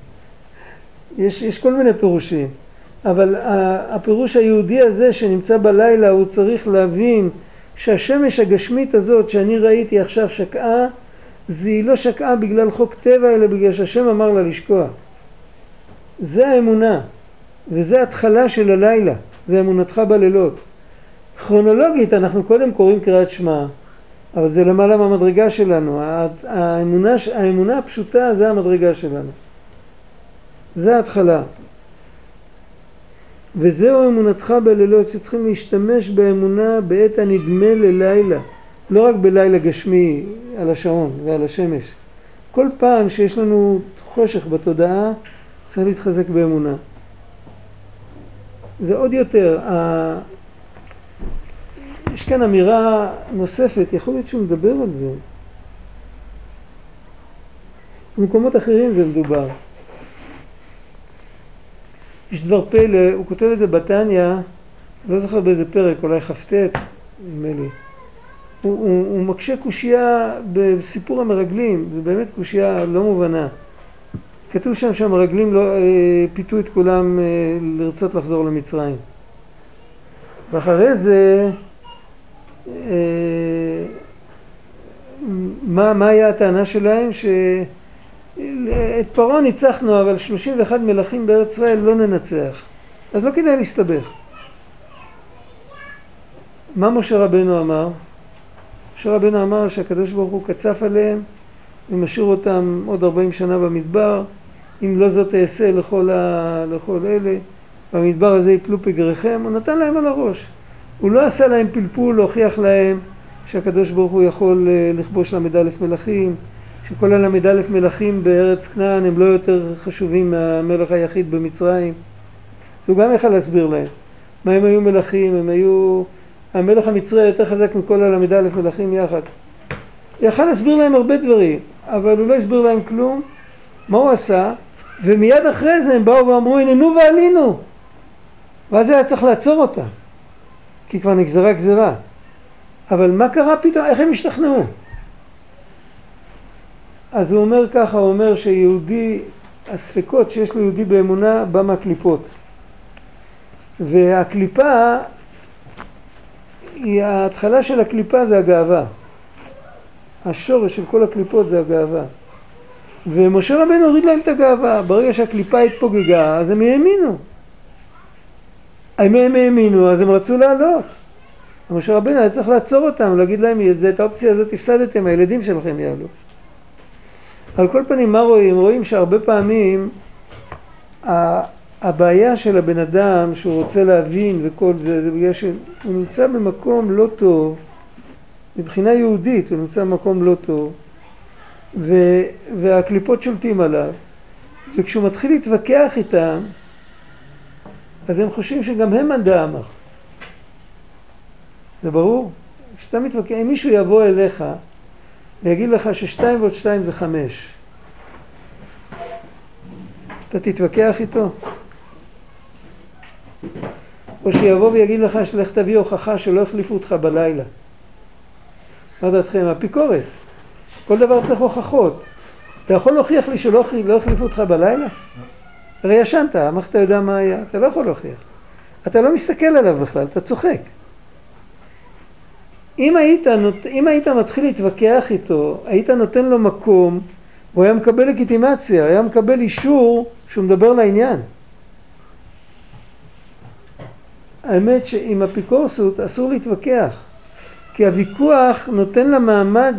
יש כל מיני פירושים, אבל הפירוש היהודי הזה שנמצא בלילה, הוא צריך להבין שהשמש הגשמית הזאת שאני ראיתי עכשיו שקעה, היא לא שקעה בגלל חוק טבע, אלא בגלל שהשם אמר לה לשקוע. זה האמונה, וזה התחלה של הלילה, זה אמונתך בלילות. כרונולוגית אנחנו קודם קוראים קריאת שמע, אבל זה למעלה מהמדרגה שלנו. האמונה הפשוטה זה המדרגה שלנו. זה ההתחלה. וזהו אמונתך בלילות, שצריכים להשתמש באמונה בעת הנדמה ללילה. לא רק בלילה גשמי על השעון ועל השמש. כל פעם שיש לנו חושך בתודעה, צריך להתחזק באמונה. זה עוד יותר. יש כאן אמירה נוספת, יכול להיות שהוא מדבר על זה. במקומות אחרים זה מדובר. יש דבר פלא, הוא כותב את זה בתניא, לא זוכר באיזה פרק, אולי חפטט, נדמה לי. הוא מקשה קושייה בסיפור המרגלים, זה באמת קושייה לא מובנה. כתוב שם שהמרגלים לא, פיתו את כולם לרצות לחזור למצרים. ואחרי זה, מה היה הטענה שלהם? שאת פרעה ניצחנו, אבל 31 מלכים בארץ ישראל לא ננצח. אז לא כדאי להסתבך. מה משה רבנו אמר? משה רבנו אמר שהקדוש ברוך הוא קצף עליהם ומשאיר אותם עוד 40 שנה במדבר. אם לא זאת תעשה לכל אלה, במדבר הזה יפלו פגריכם. הוא נתן להם על הראש. הוא לא עשה להם פלפול להוכיח להם שהקדוש ברוך הוא יכול לכבוש ל"א מלכים, שכל הל"א מלכים בארץ כנען הם לא יותר חשובים מהמלך היחיד במצרים. הוא גם יכל להסביר להם מה הם היו מלכים, הם היו... המלך המצרי יותר חזק מכל הל"א מלכים יחד. יכל להסביר להם הרבה דברים, אבל הוא לא הסביר להם כלום. מה הוא עשה? ומיד אחרי זה הם באו ואמרו, הננו ועלינו. ואז היה צריך לעצור אותה, כי כבר נגזרה גזרה. אבל מה קרה פתאום? איך הם השתכנעו? אז הוא אומר ככה, הוא אומר שיהודי, הספקות שיש לו יהודי באמונה בא מהקליפות. והקליפה, ההתחלה של הקליפה זה הגאווה. השורש של כל הקליפות זה הגאווה. ומשה רבנו הוריד להם את הגאווה. ברגע שהקליפה התפוגגה, אז הם האמינו. הם האמינו, אז הם רצו לעלות. משה רבנו היה צריך לעצור אותם, להגיד להם, את האופציה הזאת הפסדתם, הילדים שלכם יעלו. על כל פנים, מה רואים? רואים שהרבה פעמים הבעיה של הבן אדם שהוא רוצה להבין וכל זה, זה בגלל שהוא נמצא במקום לא טוב, מבחינה יהודית הוא נמצא במקום לא טוב, והקליפות שולטים עליו, וכשהוא מתחיל להתווכח איתם, אז הם חושבים שגם הם מנדה אמר. זה ברור? כשאתה מתווכח, אם מישהו יבוא אליך ויגיד לך ש2 ועוד 2 זה 5, אתה תתווכח איתו? או שיבוא ויגיד לך שלך תביא הוכחה שלא החליפו אותך בלילה. מה דעתכם? אפיקורס. כל דבר צריך הוכחות. אתה יכול להוכיח לי שלא החליפו אותך בלילה? הרי ישנת, מה אתה יודע מה היה? אתה לא יכול להוכיח. אתה לא מסתכל עליו בכלל, אתה צוחק. אם היית מתחיל להתווכח איתו, היית נותן לו מקום, הוא היה מקבל לגיטימציה, היה מקבל אישור שהוא מדבר לעניין. האמת שעם אפיקורסות אסור להתווכח, כי הוויכוח נותן לה מעמד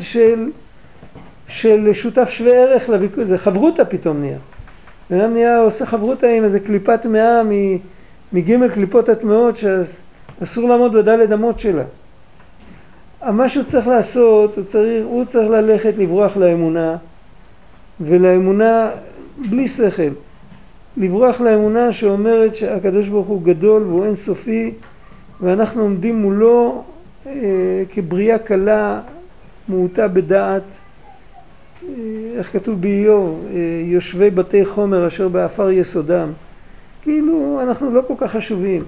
של שותף שווה ערך לוויכוח, זה חברותה פתאום נהיה. ואדם נהיה עושה חברותה עם איזה קליפת טמאה מג' קליפות הטמאות שאסור לעמוד בדלת אמות שלה. מה שהוא צריך לעשות, הוא צריך ללכת לברוח לאמונה, ולאמונה בלי שכל. לברוח לאמונה שאומרת שהקדוש ברוך הוא גדול והוא אין סופי, ואנחנו עומדים מולו כבריאה קלה, מעוטה בדעת, איך כתוב באיוב, יושבי בתי חומר אשר באפר יסודם. כאילו אנחנו לא כל כך חשובים.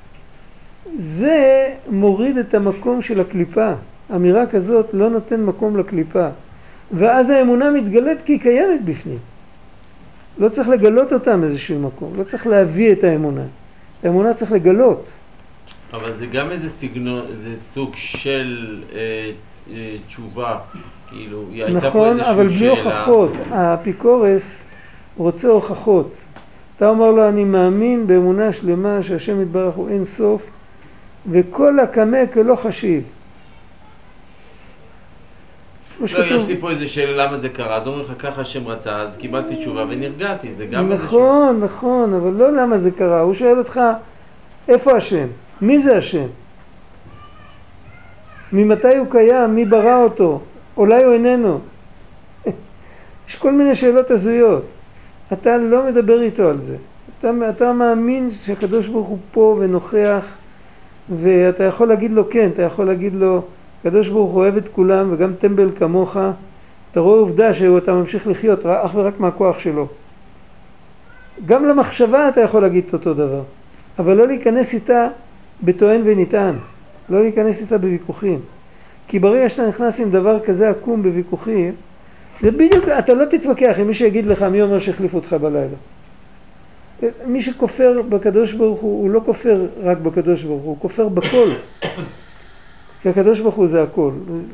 זה מוריד את המקום של הקליפה. אמירה כזאת לא נותן מקום לקליפה. ואז האמונה מתגלית כי היא קיימת בפנים. לא צריך לגלות אותה מאיזשהו מקום. לא צריך להביא את האמונה. האמונה צריך לגלות. אבל זה גם איזה סגנון, זה סוג של תשובה. כאילו, היא הייתה נכון, פה איזשהו אבל בלי שאלה. הוכחות. האפיקורס רוצה הוכחות. אתה אומר לו, אני מאמין באמונה שלמה שהשם יתברך הוא אין סוף, וכל הקמה כלא חשיב. לא, יש לי פה איזה שאלה למה זה קרה, אז אומר לך ככה השם רצה, אז קיבלתי תשובה ונרגעתי, זה גם איזשהו... נכון, אבל לא למה זה קרה, הוא שואל אותך, איפה השם? מי זה השם? ממתי הוא קיים? מי ברא אותו? אולי הוא איננו? יש כל מיני שאלות הזויות. אתה לא מדבר איתו על זה. אתה מאמין שהקדוש ברוך הוא פה ונוכח, ואתה יכול להגיד לו כן, אתה יכול להגיד לו, הקדוש ברוך הוא אוהב את כולם וגם טמבל כמוך. אתה רואה עובדה שאתה ממשיך לחיות אך ורק מהכוח שלו. גם למחשבה אתה יכול להגיד את אותו דבר, אבל לא להיכנס איתה בטוען ונטען, לא להיכנס איתה בוויכוחים. כי ברגע שאתה נכנס עם דבר כזה עקום בוויכוחים, זה בדיוק, אתה לא תתווכח עם מי שיגיד לך מי אומר שהחליף אותך בלילה. מי שכופר בקדוש ברוך הוא לא כופר רק בקדוש ברוך הוא כופר בכל. כי הקדוש ברוך הוא זה הכל.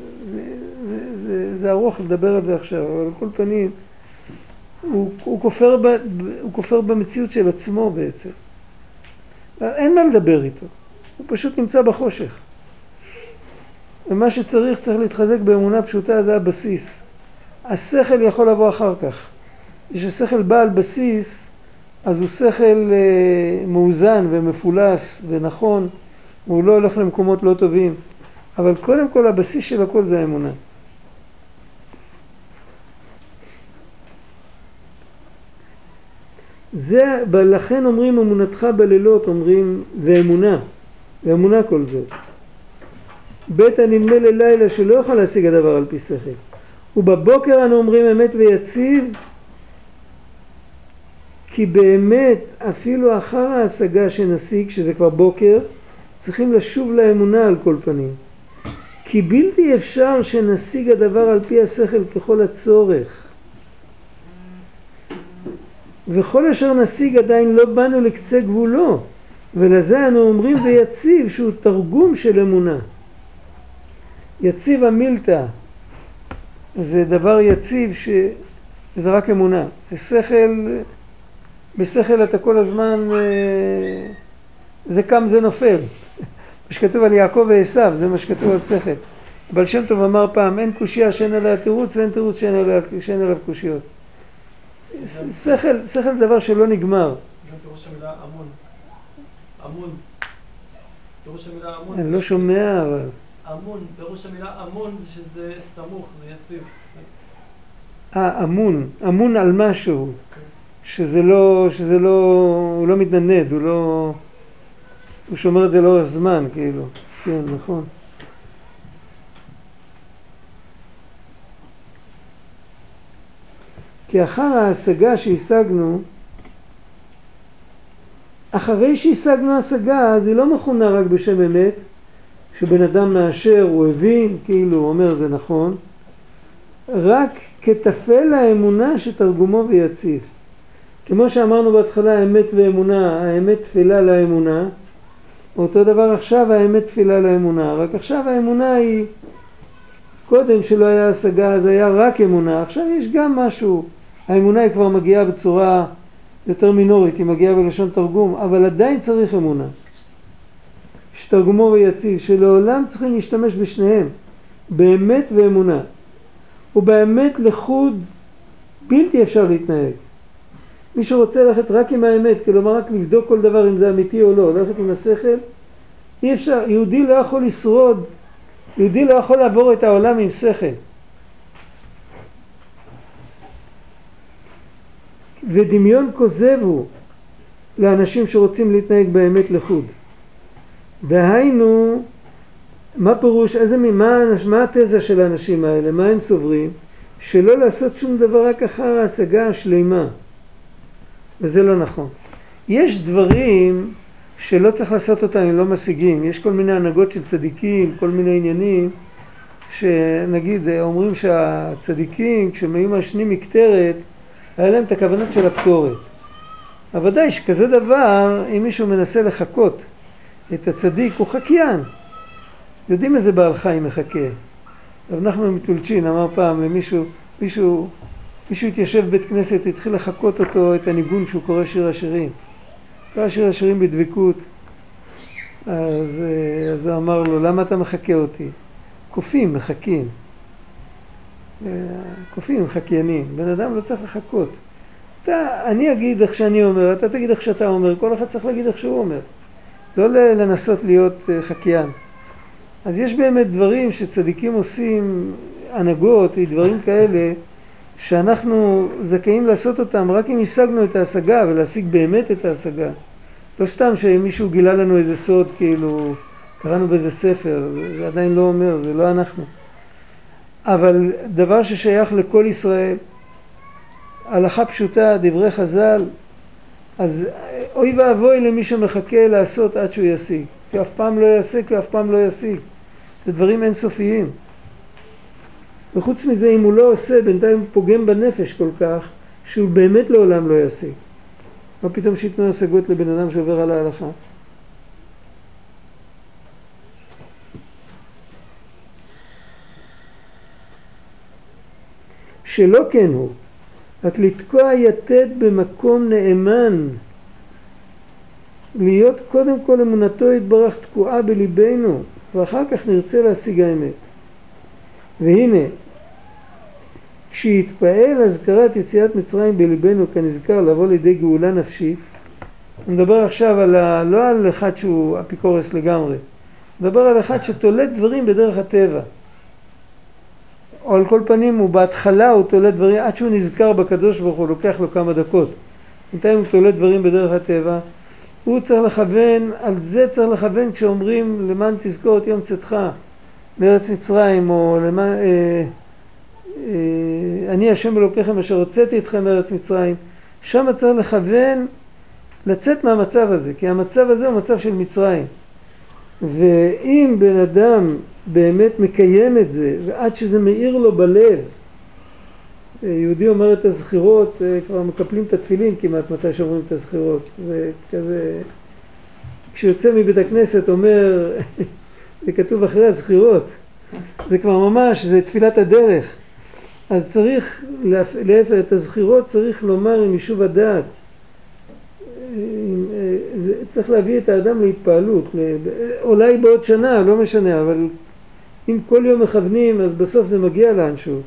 זה ארוך לדבר על זה עכשיו, אבל על כל פנים, הוא כופר במציאות של עצמו בעצם. אין מה לדבר איתו. הוא פשוט נמצא בחושך. ומה שצריך להתחזק באמונה פשוטה, זה הבסיס. השכל יכול לבוא אחר כך. כשהשכל בא על בסיס, אז הוא שכל מאוזן ומפולס ונכון, והוא לא הולך למקומות לא טובים. אבל קודם כל הבסיס של הכל זה האמונה. לכן אומרים אמונתך בלילות, אומרים ואמונה כל זאת. בית הנדמה ללילה שלא יכול להשיג הדבר על פי שכל. ובבוקר אנו אומרים אמת ויציב, כי באמת אפילו אחר ההשגה שנשיג, שזה כבר בוקר, צריכים לשוב לאמונה על כל פנים. כי בלתי אפשר שנשיג הדבר על פי השכל ככל הצורך. וכל אשר נשיג עדיין לא באנו לקצה גבולו, ולזה אנו אומרים ויציב, שהוא תרגום של אמונה. יציב המילתא, זה דבר יציב שזה רק אמונה. בשכל אתה כל הזמן, זה קם זה נופל. מה שכתוב על יעקב ועשיו, זה מה שכתוב על שכל. אבל שם טוב אמר פעם, אין קושיה שאין עליה תירוץ, ואין תירוץ שאין עליו קושיות. שכל זה דבר שלא נגמר. גם פירוש המילה אמון. אמון. פירוש המילה אמון. אני לא שומע אבל. אמון, פירוש המילה אמון זה שזה סמוך, זה יציב. אמון על משהו. שזה לא, הוא לא מתנדנד, הוא שומר את זה לאורך זמן, כאילו. כן, נכון. כי אחר ההשגה שהשגנו, אחרי שהשגנו השגה, אז היא לא מכונה רק בשם אמת, שבן אדם מאשר, הוא הבין, כאילו הוא אומר זה נכון, רק כתפל האמונה שתרגומו ויציב. כמו שאמרנו בהתחלה, האמת ואמונה, האמת תפילה לאמונה, אותו דבר עכשיו האמת תפילה לאמונה, רק עכשיו האמונה היא, קודם שלא היה השגה אז היה רק אמונה, עכשיו יש גם משהו, האמונה היא כבר מגיעה בצורה יותר מינורית, היא מגיעה בלשון תרגום, אבל עדיין צריך אמונה. שתרגומו ויציב, שלעולם צריכים להשתמש בשניהם, באמת ואמונה. ובאמת לחוד בלתי אפשר להתנהג. מי שרוצה ללכת רק עם האמת, כלומר רק לבדוק כל דבר אם זה אמיתי או לא, ללכת עם השכל, אי אפשר, יהודי לא יכול לשרוד, יהודי לא יכול לעבור את העולם עם שכל. ודמיון כוזב הוא לאנשים שרוצים להתנהג באמת לחוד. דהיינו, מה פירוש, מה התזה של האנשים האלה, מה הם סוברים? שלא לעשות שום דבר רק אחר ההשגה השלימה. וזה לא נכון. יש דברים שלא צריך לעשות אותם אם לא משיגים. יש כל מיני הנהגות של צדיקים, כל מיני עניינים, שנגיד אומרים שהצדיקים כשהם היו מעשנים מקטרת, היה להם את הכוונות של הקטורת. אבל ודאי שכזה דבר, אם מישהו מנסה לחכות את הצדיק, הוא חקיין. יודעים איזה בעל חיים מחכה. רב נחמן מטולצ'ין אמר פעם למישהו, מישהו התיישב בית כנסת, התחיל לחכות אותו את הניגון שהוא קורא שיר השירים. קורא שיר השירים בדבקות. אז הוא אמר לו, למה אתה מחכה אותי? קופים מחכים. קופים מחכיינים. בן אדם לא צריך לחכות. אני אגיד איך שאני אומר, אתה תגיד איך שאתה אומר, כל אחד צריך להגיד איך שהוא אומר. לא לנסות להיות חקיין. אז יש באמת דברים שצדיקים עושים, הנהגות, דברים כאלה, שאנחנו זכאים לעשות אותם רק אם השגנו את ההשגה ולהשיג באמת את ההשגה. לא סתם שמישהו גילה לנו איזה סוד, כאילו קראנו באיזה ספר, זה עדיין לא אומר, זה לא אנחנו. אבל דבר ששייך לכל ישראל, הלכה פשוטה, דברי חז"ל, אז אוי ואבוי למי שמחכה לעשות עד שהוא ישיג, כי אף פעם לא יעשה, כי אף פעם לא ישיג. זה דברים אינסופיים. וחוץ מזה, אם הוא לא עושה, בינתיים הוא פוגם בנפש כל כך, שהוא באמת לעולם לא ישיג. מה פתאום שיתנו השגות לבן אדם שעובר על ההלכה? שלא כן הוא, רק לתקוע יתד במקום נאמן, להיות קודם כל אמונתו יתברך תקועה בליבנו, ואחר כך נרצה להשיג האמת. והנה, כשיתפעל הזכרת יציאת מצרים בליבנו כנזכר לבוא לידי גאולה נפשית, הוא מדבר עכשיו לא על אחד שהוא אפיקורס לגמרי, הוא מדבר על אחד שתולד דברים בדרך הטבע. או על כל פנים, הוא בהתחלה הוא תולד דברים, עד שהוא נזכר בקדוש ברוך הוא, לוקח לו כמה דקות. בינתיים הוא תולד דברים בדרך הטבע. הוא צריך לכוון, על זה צריך לכוון כשאומרים למען תזכור את יום צאתך מארץ מצרים, או למען, אני השם אלוקיכם אשר הוצאתי אתכם מארץ מצרים. שם צריך לכוון לצאת מהמצב הזה, כי המצב הזה הוא מצב של מצרים. ואם בן אדם באמת מקיים את זה, ועד שזה מאיר לו בלב, יהודי אומר את הזכירות, כבר מקפלים את התפילין כמעט מתי שאומרים את הזכירות, וכזה, כשיוצא מבית הכנסת אומר, זה כתוב אחרי הזכירות, זה כבר ממש, זה תפילת הדרך. אז צריך, להפך את הזכירות צריך לומר עם יישוב הדעת, צריך להביא את האדם להתפעלות, אולי בעוד שנה, לא משנה, אבל אם כל יום מכוונים, אז בסוף זה מגיע לאנשהו.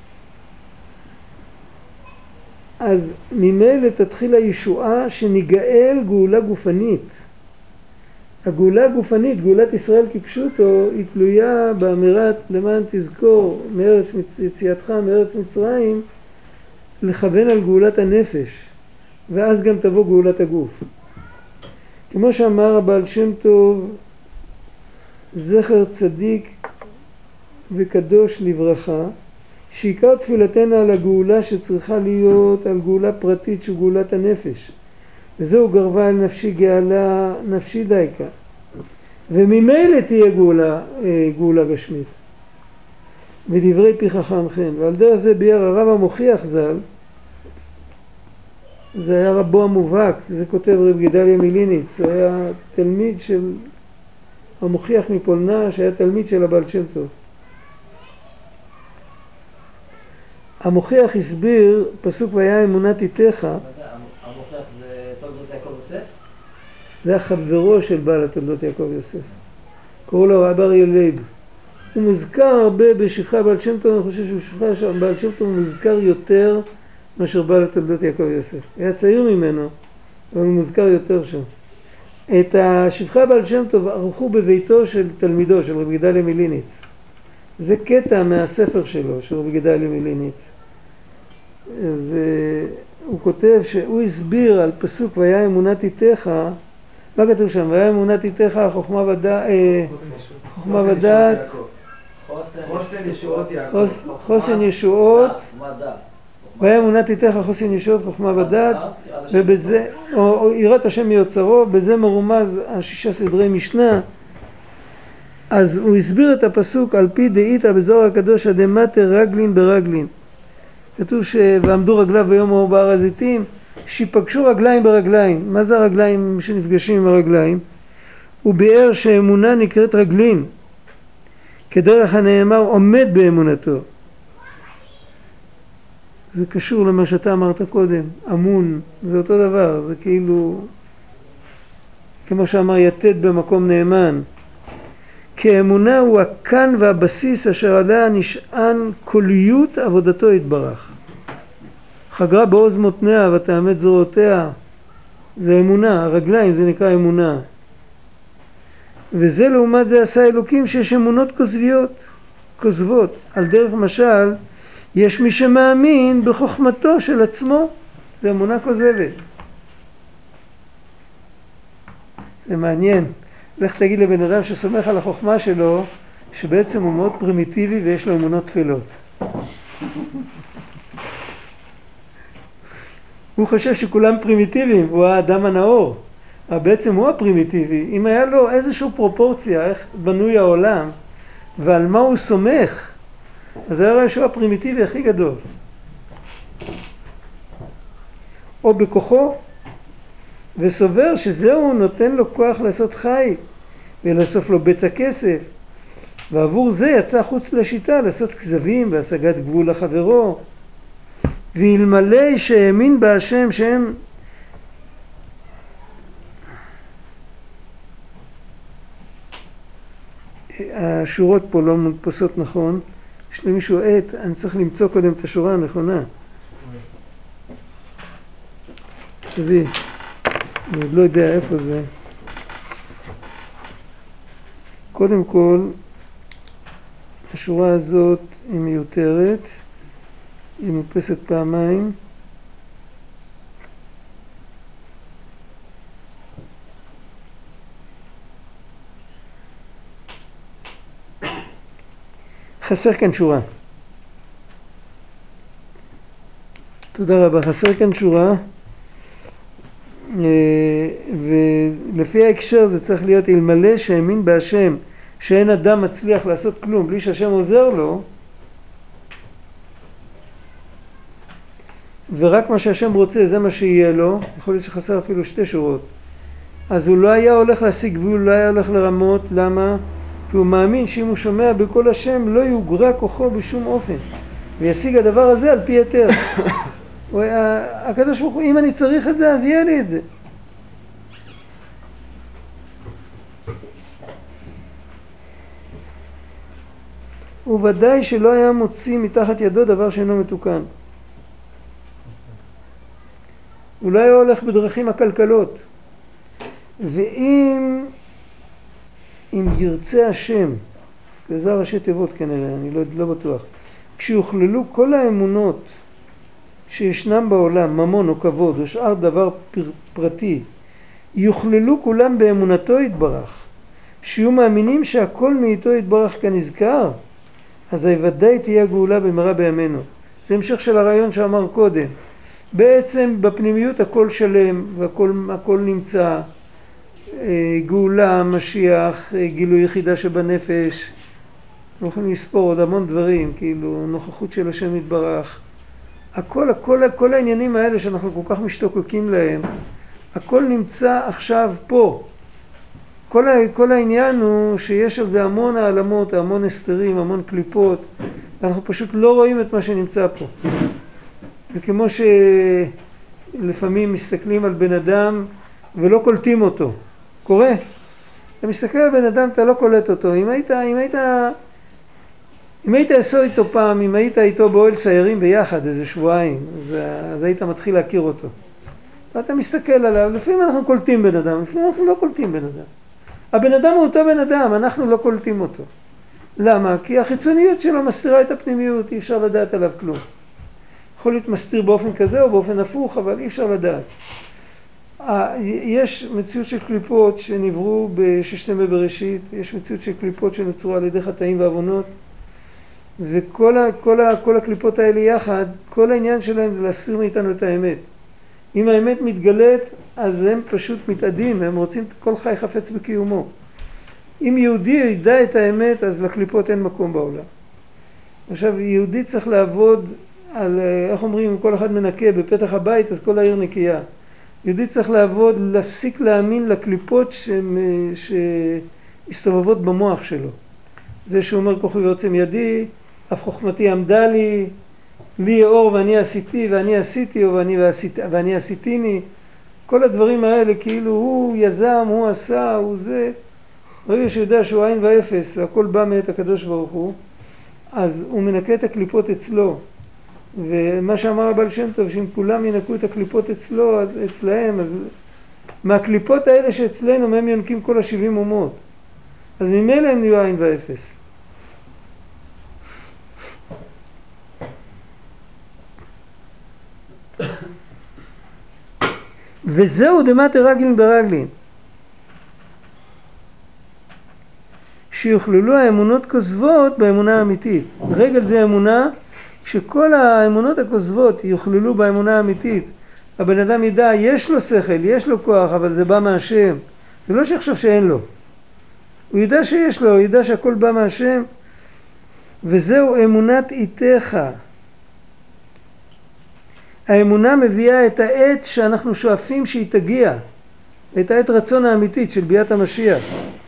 אז ממילא תתחיל הישועה שניגאל גאולה גופנית. הגאולה הגופנית, גאולת ישראל כפשוטו, היא תלויה באמירת למען תזכור יציאתך מארץ מצרים, לכוון על גאולת הנפש, ואז גם תבוא גאולת הגוף. כמו שאמר הבעל שם טוב, זכר צדיק וקדוש לברכה, שעיקר תפילתנו על הגאולה שצריכה להיות על גאולה פרטית של גאולת הנפש, וזהו גרבה על נפשי גאלה נפשי דייקה, וממילא תהיה גאולה גשמית. ודברי פי חכם חן. ועל דרך זה ביאר הרב המוכיח ז"ל, זה היה רבו המובהק, זה כותב רב גדליה מליניץ, הוא היה תלמיד של המוכיח מפולנה, שהיה תלמיד של הבעל שם טוב. המוכיח הסביר פסוק והיה אמונת איתך. המוכיח זה תולדות יעקב יוסף? זה החברו של בעל התולדות יעקב יוסף, קראו לו רב אריה לייב. הוא מוזכר הרבה בשבחה בעל שם טוב, אני חושב שבשבחה בעל שם טוב מוזכר יותר מאשר בעל התולדות יעקב יוסף. היה צעיר ממנו, אבל הוא מוזכר יותר שם. את השבחה בעל שם טוב ערכו בביתו של תלמידו, של רב גדליה מליניץ. זה קטע מהספר שלו, של רב גדליה מליניץ. אז הוא כותב שהוא הסביר על פסוק והיה אמונת איתך, מה כתוב שם? והיה אמונת איתך חוכמה ודעת, חוסן ישועות, והיה אמונת איתך חוסן ישועות חוכמה ודעת, ובזה, או יראת השם מיוצרו, בזה מרומז השישה סדרי משנה. אז הוא הסביר את הפסוק על פי דאיתא בזוהר הקדוש הדמטר רגלין ברגלין. כתוב ועמדו רגליו ביום ההוא בהר הזיתים, שיפגשו רגליים ברגליים. מה זה הרגליים שנפגשים עם הרגליים? הוא ביאר שאמונה נקראת רגלין, כדרך הנאמר עומד באמונתו. זה קשור למה שאתה אמרת קודם, אמון, זה אותו דבר, זה כאילו, כמו שאמר יתד במקום נאמן. כי האמונה הוא הכאן והבסיס אשר עליה נשען כליות עבודתו יתברך. חגרה בעוז מותניה ותאמת זרועותיה, זה אמונה, הרגליים זה נקרא אמונה. וזה לעומת זה עשה אלוקים שיש אמונות כוזבות. על דרך משל, יש מי שמאמין בחוכמתו של עצמו, זה אמונה כוזבת. זה מעניין. לך תגיד לבן אדם שסומך על החוכמה שלו, שבעצם הוא מאוד פרימיטיבי ויש לו אמונות תפלות. הוא חושב שכולם פרימיטיביים, הוא האדם הנאור. אבל בעצם הוא הפרימיטיבי. אם היה לו איזושהי פרופורציה, איך בנוי העולם, ועל מה הוא סומך, אז היה רואה שהוא הפרימיטיבי הכי גדול. או בכוחו, וסובר שזהו נותן לו כוח לעשות חי, ולאסוף לו בצע כסף. ועבור זה יצא חוץ לשיטה לעשות כזבים והשגת גבול לחברו. ואלמלא שהאמין בהשם שהם השורות פה לא מודפסות נכון. יש למישהו עט, אני צריך למצוא קודם את השורה הנכונה. תביא, אני עוד לא יודע איפה זה. קודם כל, השורה הזאת היא מיותרת, היא מודפסת פעמיים. חסר כאן שורה. תודה רבה. חסר כאן שורה, ולפי ההקשר זה צריך להיות אלמלא שהאמין בהשם שאין אדם מצליח לעשות כלום בלי שהשם עוזר לו, ורק מה שהשם רוצה זה מה שיהיה לו. יכול להיות שחסר אפילו 2 שורות. אז הוא לא היה הולך להשיג גבול, לא היה הולך לרמות. למה? כי הוא מאמין שאם הוא שומע בכל השם לא יוגרע כוחו בשום אופן, וישיג הדבר הזה על פי היתר. הקדוש ברוך הוא, אם אני צריך את זה אז יהיה לי את זה. הוא ודאי שלא היה מוציא מתחת ידו דבר שאינו מתוקן. הוא לא היה הולך בדרכים הקלקלות. ואם ירצה השם, זה ראשי תיבות כנראה, אני לא בטוח, כשיוכללו כל האמונות שישנם בעולם, ממון או כבוד או שאר דבר פרטי, יוכללו כולם באמונתו יתברך, שיהיו מאמינים שהכל מאיתו יתברך כנזכר, אז ודאי תהיה גאולה במהרה בימינו. זה המשך של הרעיון שאמר קודם. בעצם בפנימיות הכל שלם והכל נמצא, גאולה, משיח, גילוי יחידה שבנפש, אנחנו יכולים לספור עוד המון דברים, כאילו נוכחות של השם יתברך. כל העניינים האלה שאנחנו כל כך משתוקקים להם, הכל נמצא עכשיו פה. כל העניין הוא שיש על זה המון העלמות, המון הסתרים, המון קליפות, ואנחנו פשוט לא רואים את מה שנמצא פה. זה כמו שלפעמים מסתכלים על בן אדם ולא קולטים אותו. קורה? אתה מסתכל על בן אדם, אתה לא קולט אותו. אם היית עשו איתו פעם, אם היית איתו באוהל סיירים ביחד איזה שבועיים, אז היית מתחיל להכיר אותו. ואתה מסתכל עליו, לפעמים אנחנו קולטים בן אדם, לפעמים אנחנו לא קולטים בן אדם. הבן אדם הוא אותו בן אדם, אנחנו לא קולטים אותו. למה? כי החיצוניות שלו מסתירה את הפנימיות, אי אפשר לדעת עליו כלום. יכול להיות מסתיר באופן כזה או באופן הפוך, אבל אי אפשר לדעת. יש מציאות של קליפות שנבראו בששת ימי בראשית, יש מציאות של קליפות שנוצרו על ידי חטאים ועוונות, וכל הקליפות האלה יחד, כל העניין שלהם זה להסתיר מאיתנו את האמת. אם האמת מתגלית, אז הם פשוט מתאדים, הם רוצים כל חי חפץ בקיומו. אם יהודי ידע את האמת, אז לקליפות אין מקום בעולם. עכשיו, יהודי צריך לעבוד על, איך אומרים, אם כל אחד מנקה בפתח הבית, אז כל העיר נקייה. יהודי צריך לעבוד, להפסיק להאמין לקליפות שהסתובבות במוח שלו. זה שאומר כוחי ועוצם ידי, אף חוכמתי עמדה לי, לי אור ואני עשיתי, ואני עשיתי, ואני עשיתיני. כל הדברים האלה, כאילו הוא יזם, הוא עשה, הוא זה. ברגע שיודע שהוא עין ואפס, והכל בא מאת הקדוש ברוך הוא, אז הוא מנקה את הקליפות אצלו. ומה שאמר הבעל שם טוב, שאם כולם ינקו את הקליפות אצלהם, אז מהקליפות האלה שאצלנו, מהם יונקים כל 70 אומות. אז ממילא הם נהיו עין ואפס. וזהו דמטה רגלין ברגלין. שיוכללו האמונות כוזבות באמונה האמיתית. רגל זה אמונה, שכל האמונות הכוזבות יוכללו באמונה האמיתית. הבן אדם ידע, יש לו שכל, יש לו כוח, אבל זה בא מהשם. זה לא שיחשוב שאין לו. הוא ידע שיש לו, הוא ידע שהכל בא מהשם, וזהו אמונת איתך. האמונה מביאה את העת שאנחנו שואפים שהיא תגיע, את העת רצון האמיתית של ביאת המשיח.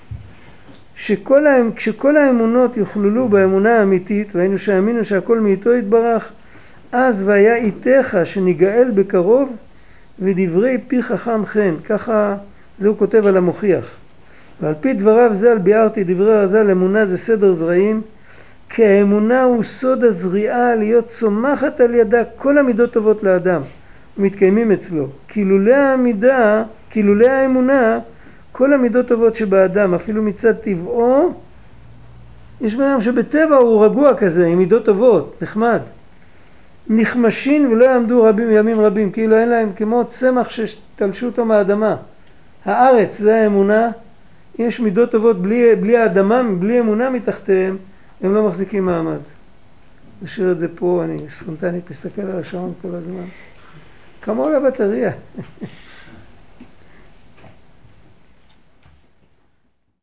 כשכל האמונות יוכללו באמונה האמיתית, והיינו שהאמינו שהכל מאיתו יתברך, אז והיה איתך שניגאל בקרוב, ודברי פי חכם חן. ככה זה הוא כותב על המוכיח. ועל פי דבריו ז"ל ביארתי דברי רז"ל, אמונה זה סדר זרעים, כי האמונה הוא סוד הזריעה להיות צומחת על ידה כל המידות טובות לאדם, ומתקיימים אצלו. כילולי האמונה, כל המידות טובות שבאדם, אפילו מצד טבעו, יש בהם שבטבע הוא רגוע כזה, עם מידות טובות, נחמד. נחמשין ולא יעמדו ימים רבים, כאילו אין להם כמו צמח שתלשו אותו מהאדמה. הארץ זה האמונה, יש מידות טובות בלי האדמה, בלי אמונה מתחתיהם, הם לא מחזיקים מעמד. נשאיר את זה פה, אני ספונטנית מסתכל על השעון כל הזמן. כמו על הבטריה.